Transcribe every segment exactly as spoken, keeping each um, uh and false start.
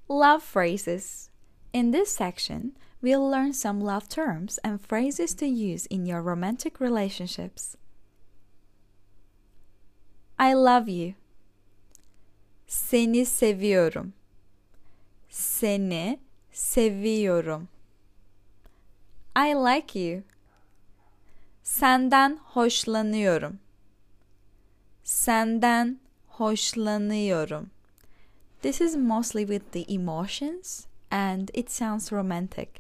Love phrases. In this section, we'll learn some love terms and phrases to use in your romantic relationships. I love you. Seni seviyorum. Seni seviyorum. I like you. Senden hoşlanıyorum. Senden hoşlanıyorum. This is mostly with the emotions and it sounds romantic.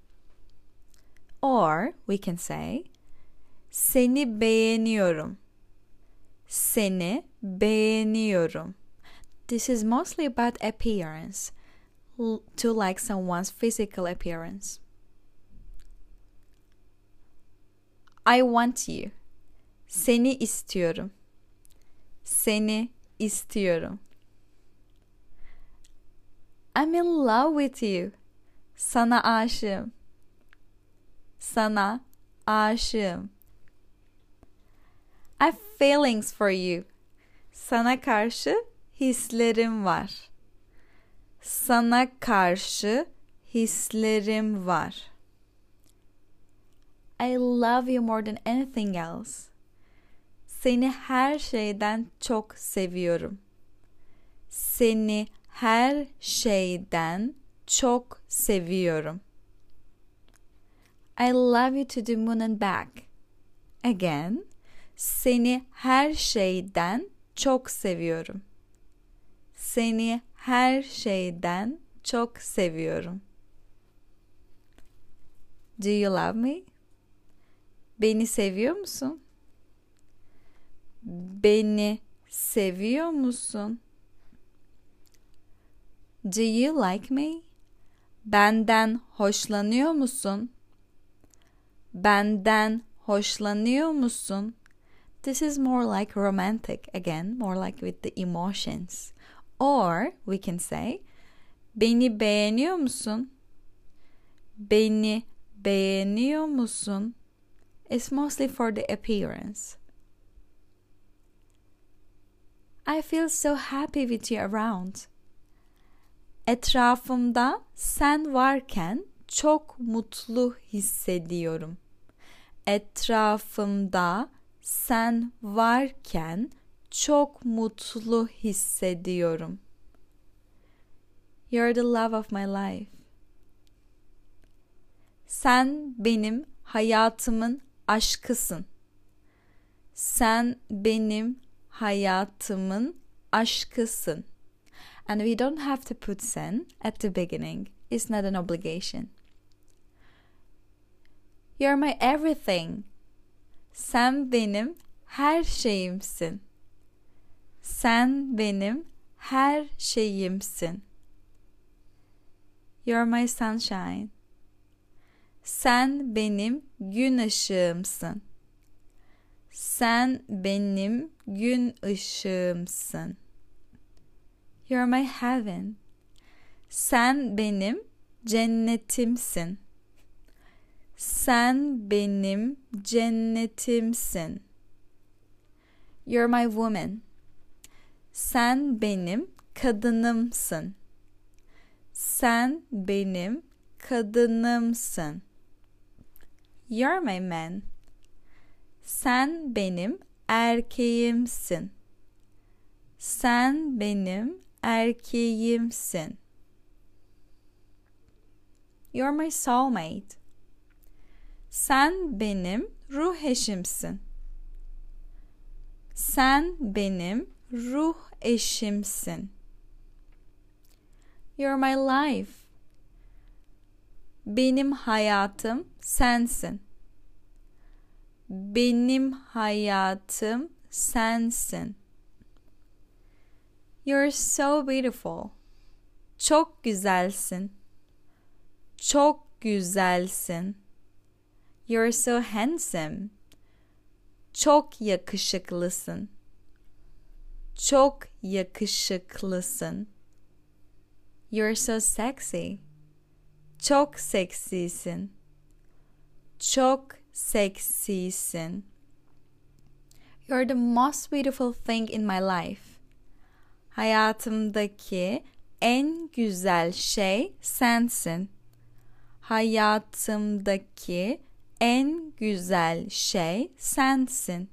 Or we can say, seni beğeniyorum. Seni beğeniyorum. This is mostly about appearance, to like someone's physical appearance. I want you. Seni istiyorum. Seni istiyorum. I'm in love with you. Sana aşığım. Sana aşığım. I have feelings for you. Sana karşı hislerim var. Sana karşı hislerim var. I love you more than anything else. Seni her şeyden çok seviyorum. Seni her şeyden çok seviyorum. I love you to the moon and back. Again, seni her şeyden çok seviyorum. Seni her şeyden çok seviyorum. Do you love me? Beni seviyor musun? Beni seviyor musun? Do you like me? Benden hoşlanıyor musun? Benden hoşlanıyor musun? This is more like romantic, again, more like with the emotions. Or we can say, beni beğeniyor musun? Beni beğeniyor musun? It's mostly for the appearance. I feel so happy with you around. Etrafımda sen varken çok mutlu hissediyorum. Etrafımda sen varken çok mutlu hissediyorum. You're the love of my life. Sen benim hayatımın aşkısın. Sen benim hayatımın aşkısın. And we don't have to put sen at the beginning. It's not an obligation. You're my everything. Sen benim her şeyimsin. Sen benim her şeyimsin. You're my sunshine. Sen benim gün ışığımsın. Sen benim gün ışığımsın. You're my heaven. Sen benim cennetimsin. Sen benim cennetimsin. You're my woman. Sen benim kadınımsın. Sen benim kadınımsın. You're my man. Sen benim erkeğimsin. Sen benim erkeğimsin. You're my soulmate. Sen benim ruh eşimsin. Sen benim ruh eşimsin. You're my life. Benim hayatım sensin. Benim hayatım sensin. You're so beautiful. Çok güzelsin. Çok güzelsin. You're so handsome. Çok yakışıklısın. Çok yakışıklısın. You're so sexy. Çok seksisin. Çok seksisin. You're the most beautiful thing in my life. Hayatımdaki en güzel şey sensin. Hayatımdaki en güzel şey sensin.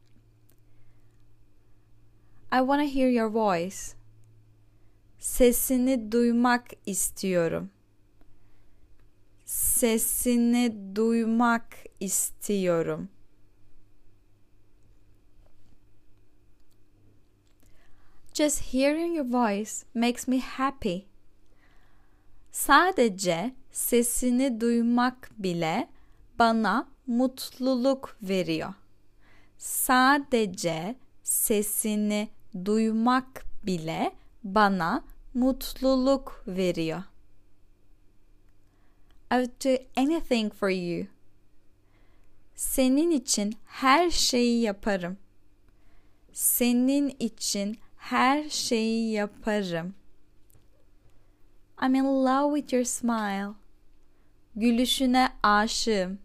I want to hear your voice. Sesini duymak istiyorum. Sesini duymak istiyorum. Just hearing your voice makes me happy. Sadece sesini duymak bile bana mutluluk veriyor. Sadece sesini duymak bile bana mutluluk veriyor. I would do anything for you. Senin için her şeyi yaparım. Senin için her şeyi yaparım. I'm in love with your smile. Gülüşüne aşığım.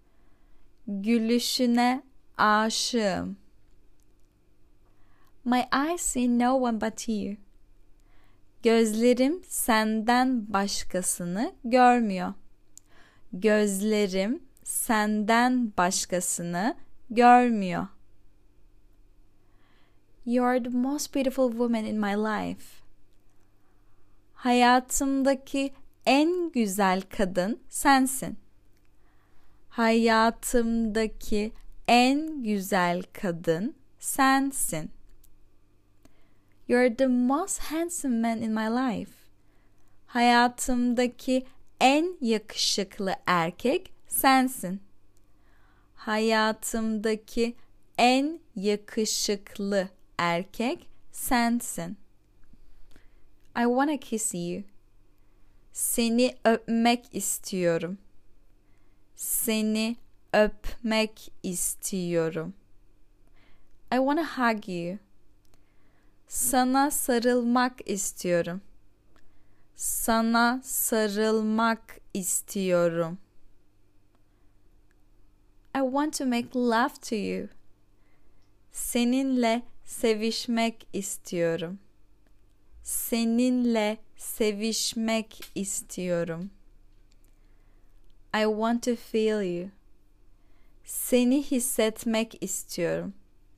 Gülüşüne aşığım. My eyes see no one but you. Gözlerim senden başkasını görmüyor. Gözlerim senden başkasını görmüyor. You are the most beautiful woman in my life. Hayatımdaki en güzel kadın sensin. Hayatımdaki en güzel kadın sensin. You're the most handsome man in my life. Hayatımdaki en yakışıklı erkek sensin. Hayatımdaki en yakışıklı erkek sensin. I wanna kiss you. Seni öpmek istiyorum. Seni öpmek istiyorum. I wanna hug you. Sana sarılmak istiyorum. Sana sarılmak istiyorum. I want to make love to you. Seninle sevişmek istiyorum. Seninle sevişmek istiyorum. I want to feel you. Seni hissetmek istiyorum.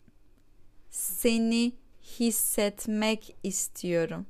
Seni hissetmek istiyorum.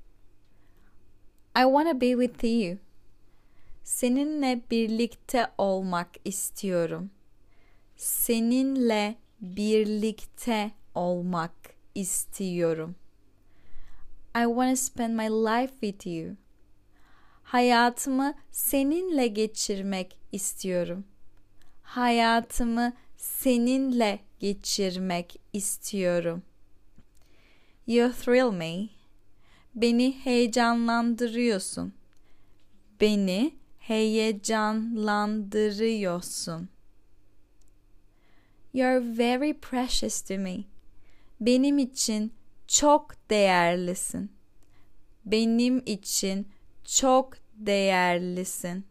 I want to be with you. Seninle birlikte olmak istiyorum. Seninle birlikte olmak istiyorum. I want to spend my life with you. Hayatımı seninle geçirmek istiyorum. Hayatımı seninle geçirmek istiyorum. You thrill me. Beni heyecanlandırıyorsun. Beni heyecanlandırıyorsun. You're very precious to me. Benim için çok değerlisin. Benim için çok değerlisin.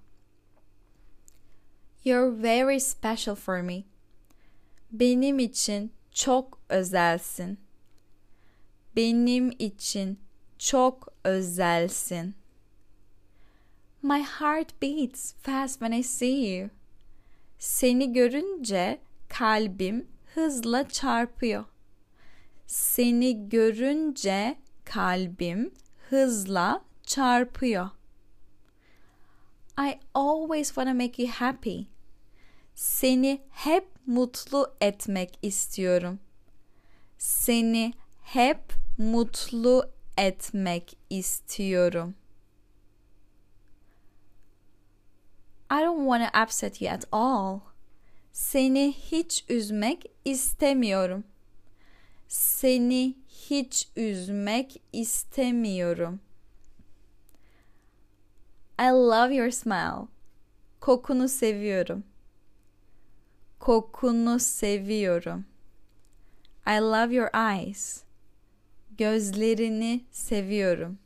You're very special for me. Benim için çok özelsin. Benim için çok özelsin. My heart beats fast when I see you. Seni görünce kalbim hızla çarpıyor. Seni görünce kalbim hızla çarpıyor. I always want to make you happy. Seni hep mutlu etmek istiyorum. Seni hep mutlu etmek istiyorum. I don't want to upset you at all. Seni hiç üzmek istemiyorum. Seni hiç üzmek istemiyorum. I love your smile. Kokunu seviyorum. Kokunu seviyorum. I love your eyes. Gözlerini seviyorum.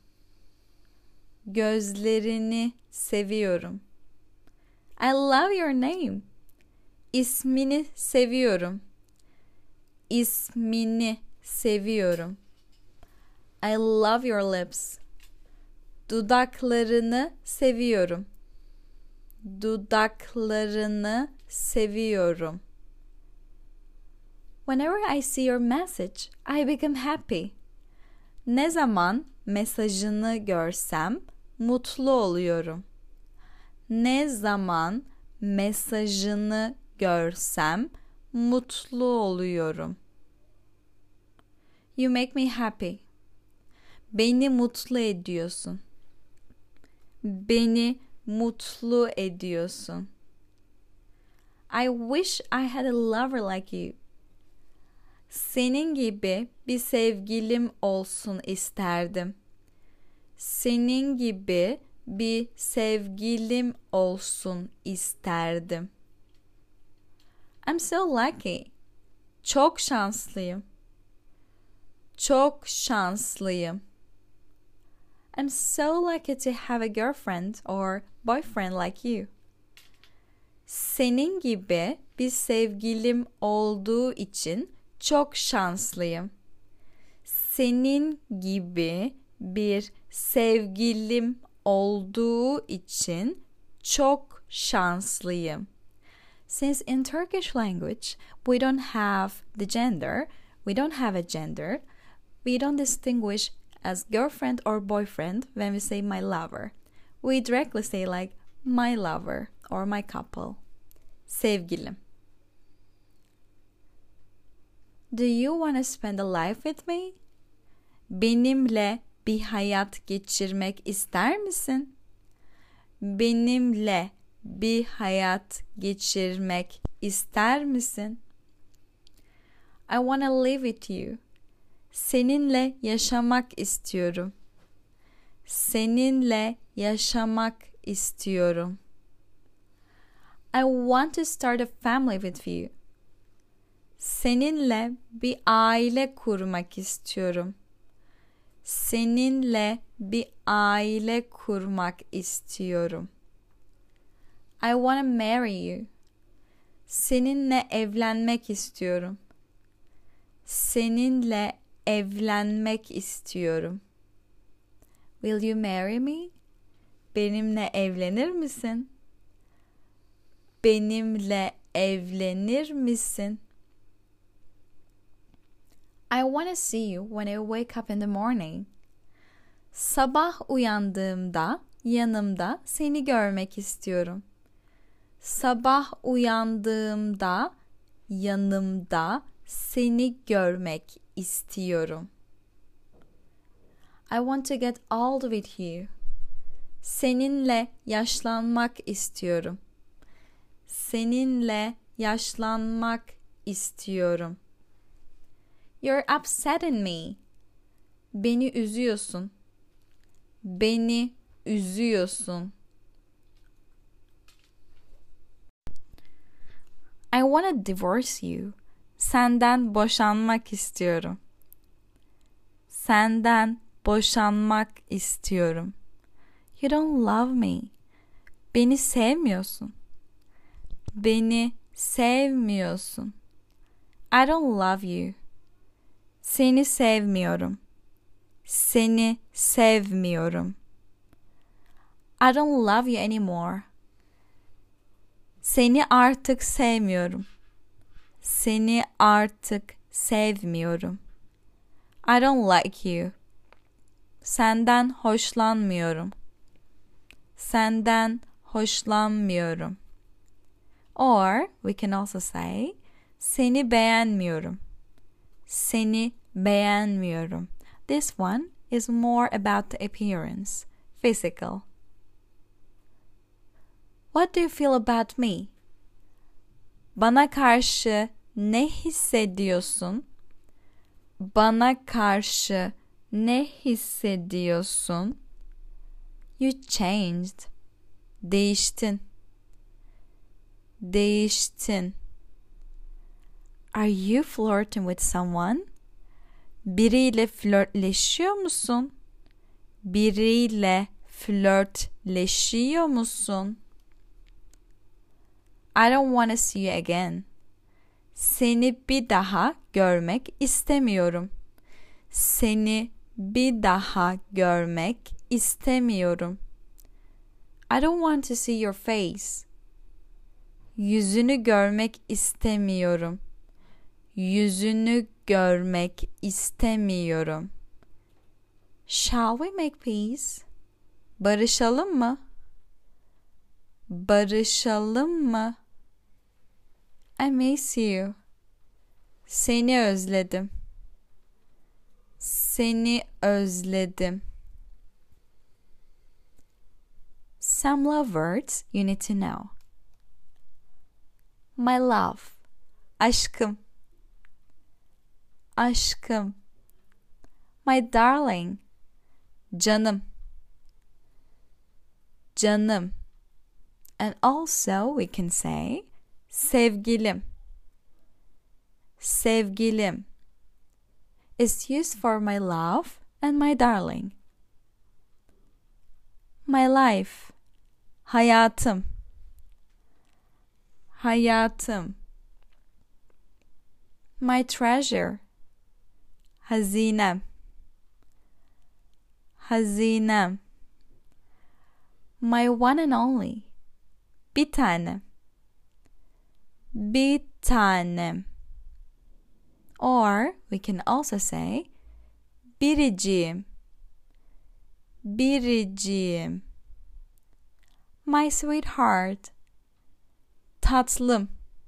Gözlerini seviyorum. I love your name. İsmini seviyorum. İsmini seviyorum. I love your lips. Dudaklarını seviyorum. Dudaklarını seviyorum. Whenever I see your message, I become happy. Ne zaman mesajını görsem mutlu oluyorum. Ne zaman mesajını görsem mutlu oluyorum. You make me happy. Beni mutlu ediyorsun. Beni mutlu ediyorsun. I wish I had a lover like you. Senin gibi bir sevgilim olsun isterdim. Senin gibi bir sevgilim olsun isterdim. I'm so lucky. Çok şanslıyım. Çok şanslıyım. I'm so lucky to have a girlfriend or boyfriend like you. Senin gibi bir sevgilim olduğu için çok şanslıyım. Senin gibi bir sevgilim olduğu için çok şanslıyım. Since in Turkish language we don't have the gender, we don't have a gender, we don't distinguish as girlfriend or boyfriend when we say my lover. We directly say like my lover or my couple. Sevgilim. Do you want to spend a life with me? Benimle bir hayat geçirmek ister misin? Benimle bir hayat geçirmek ister misin? I want to live with you. Seninle yaşamak istiyorum. Seninle yaşamak istiyorum. I want to start a family with you. Seninle bir aile kurmak istiyorum. Seninle bir aile kurmak istiyorum. I want to marry you. Seninle evlenmek istiyorum. Seninle evlenmek istiyorum. Will you marry me? Benimle evlenir misin? Benimle evlenir misin? I want to see you when I wake up in the morning. Sabah uyandığımda yanımda seni görmek istiyorum. Sabah uyandığımda yanımda seni görmek istiyorum. I want to get old with you. Seninle yaşlanmak istiyorum. Seninle yaşlanmak istiyorum. You're upsetting me. Beni üzüyorsun. Beni üzüyorsun. I want to divorce you. Senden boşanmak istiyorum. Senden boşanmak istiyorum. You don't love me. Beni sevmiyorsun. Beni sevmiyorsun. I don't love you. Seni sevmiyorum. Seni sevmiyorum. I don't love you anymore. Seni artık sevmiyorum. Seni artık sevmiyorum. I don't like you. Senden hoşlanmıyorum. Senden hoşlanmıyorum. Or we can also say seni beğenmiyorum. Seni beğenmiyorum. This one is more about the appearance, physical. What do you feel about me? Bana karşı ne hissediyorsun? Bana karşı ne hissediyorsun? You changed. Değiştin. Değiştin. Are you flirting with someone? Biriyle flörtleşiyor musun? Biriyle flörtleşiyor musun? I don't want to see you again. Seni bir daha görmek istemiyorum. Seni bir daha görmek istemiyorum. I don't want to see your face. Yüzünü görmek istemiyorum. Yüzünü görmek istemiyorum. Shall we make peace? Barışalım mı? Barışalım mı? I miss you. Seni özledim. Seni özledim. Some love words you need to know. My love. Aşkım. Aşkım. My darling. Canım. Canım. And also we can say sevgilim. Sevgilim. It's used for my love and my darling. My life. Hayatım. Hayatım. My treasure. Hazinem. Hazinem. My one and only. Bir tanem. Bir tanem. Or we can also say biriciğim. Biriciğim. My sweetheart. Tatlım.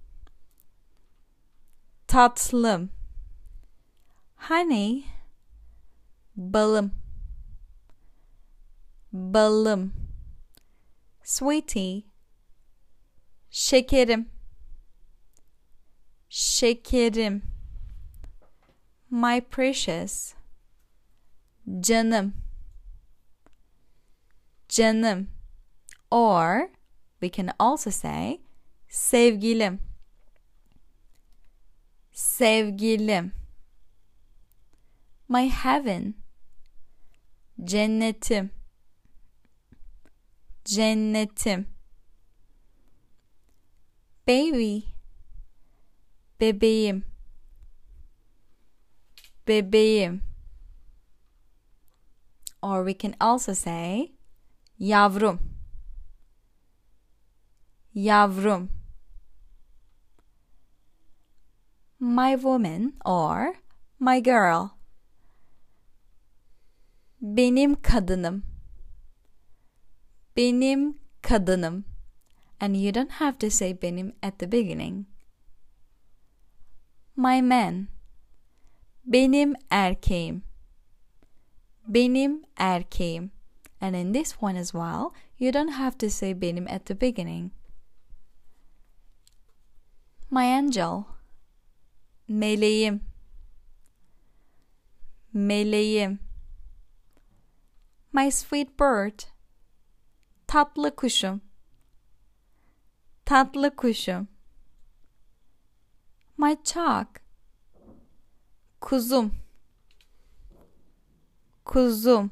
Tatlım. Honey. Balım. Balım. Sweetie. Şekerim. Şekerim. My precious. Canım. Canım. Or we can also say sevgilim. Sevgilim. My heaven. Cennetim. Cennetim. Baby. Bebeğim. Bebeğim. Or we can also say yavrum. Yavrum. My woman or my girl. Benim kadınım. Benim kadınım. And you don't have to say benim at the beginning. My man. Benim erkeğim. Benim erkeğim. And in this one as well, you don't have to say benim at the beginning. My angel. Meleğim. Meleğim. My sweet bird. Tatlı kuşum. Tatlı kuşum. My chalk. Kuzum. Kuzum.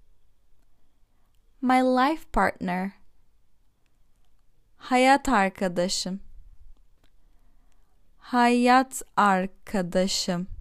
My life partner. Hayat arkadaşım. Hayat arkadaşım.